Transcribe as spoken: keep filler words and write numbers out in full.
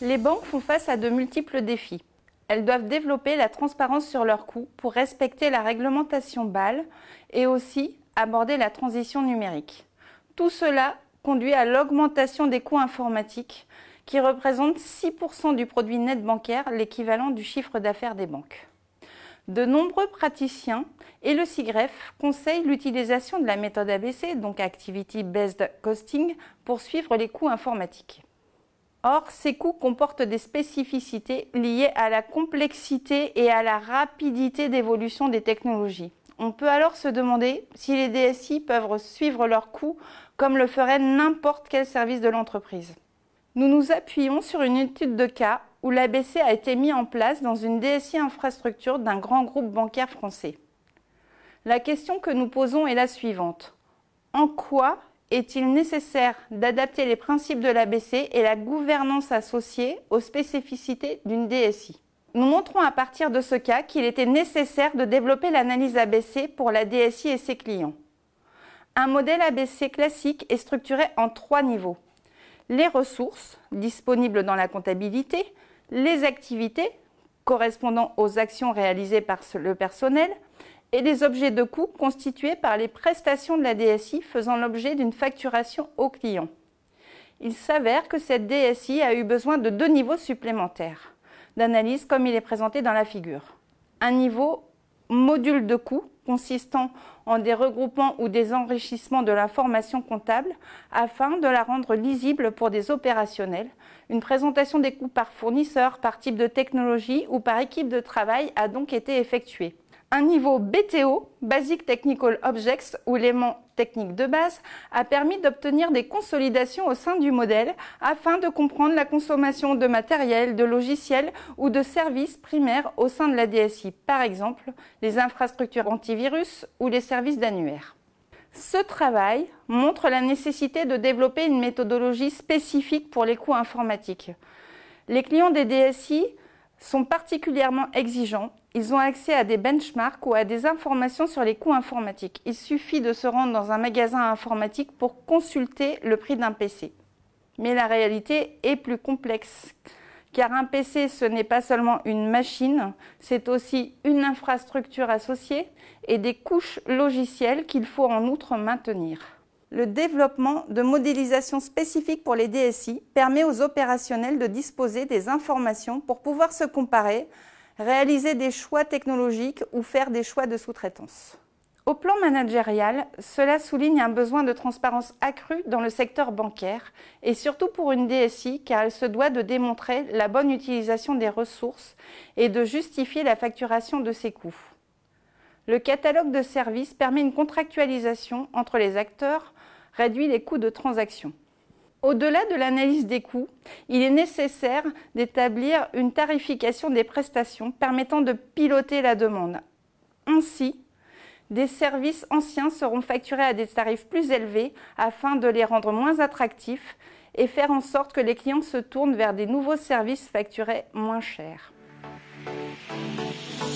Les banques font face à de multiples défis. Elles doivent développer la transparence sur leurs coûts pour respecter la réglementation B A L et aussi aborder la transition numérique. Tout cela conduit à l'augmentation des coûts informatiques qui représentent six pour cent du produit net bancaire, l'équivalent du chiffre d'affaires des banques. De nombreux praticiens et le SIGREF conseillent l'utilisation de la méthode A B C, donc Activity Based Costing, pour suivre les coûts informatiques. Or, ces coûts comportent des spécificités liées à la complexité et à la rapidité d'évolution des technologies. On peut alors se demander si les D S I peuvent suivre leurs coûts comme le ferait n'importe quel service de l'entreprise. Nous nous appuyons sur une étude de cas où l'A B C a été mis en place dans une D S I infrastructure d'un grand groupe bancaire français. La question que nous posons est la suivante. En quoi est-il nécessaire d'adapter les principes de l'A B C et la gouvernance associée aux spécificités d'une D S I? Nous montrons à partir de ce cas qu'il était nécessaire de développer l'analyse A B C pour la D S I et ses clients. Un modèle A B C classique est structuré en trois niveaux. Les ressources disponibles dans la comptabilité, les activités correspondant aux actions réalisées par le personnel et les objets de coût constitués par les prestations de la D S I faisant l'objet d'une facturation au client. Il s'avère que cette D S I a eu besoin de deux niveaux supplémentaires d'analyse comme il est présenté dans la figure. Un niveau module de coût consistant en des regroupements ou des enrichissements de l'information comptable afin de la rendre lisible pour des opérationnels. Une présentation des coûts par fournisseur, par type de technologie ou par équipe de travail a donc été effectuée. Un niveau B T O, Basic Technical Objects, ou éléments techniques de base, a permis d'obtenir des consolidations au sein du modèle afin de comprendre la consommation de matériel, de logiciels ou de services primaires au sein de la D S I, par exemple les infrastructures antivirus ou les services d'annuaire. Ce travail montre la nécessité de développer une méthodologie spécifique pour les coûts informatiques. Les clients des D S I sont particulièrement exigeants. Ils ont accès à des benchmarks ou à des informations sur les coûts informatiques. Il suffit de se rendre dans un magasin informatique pour consulter le prix d'un P C. Mais la réalité est plus complexe, car un P C, ce n'est pas seulement une machine, c'est aussi une infrastructure associée et des couches logicielles qu'il faut en outre maintenir. Le développement de modélisation spécifique pour les D S I permet aux opérationnels de disposer des informations pour pouvoir se comparer, réaliser des choix technologiques ou faire des choix de sous-traitance. Au plan managérial, cela souligne un besoin de transparence accrue dans le secteur bancaire et surtout pour une D S I car elle se doit de démontrer la bonne utilisation des ressources et de justifier la facturation de ses coûts. Le catalogue de services permet une contractualisation entre les acteurs, réduit les coûts de transaction. Au-delà de l'analyse des coûts, il est nécessaire d'établir une tarification des prestations permettant de piloter la demande. Ainsi, des services anciens seront facturés à des tarifs plus élevés afin de les rendre moins attractifs et faire en sorte que les clients se tournent vers des nouveaux services facturés moins chers.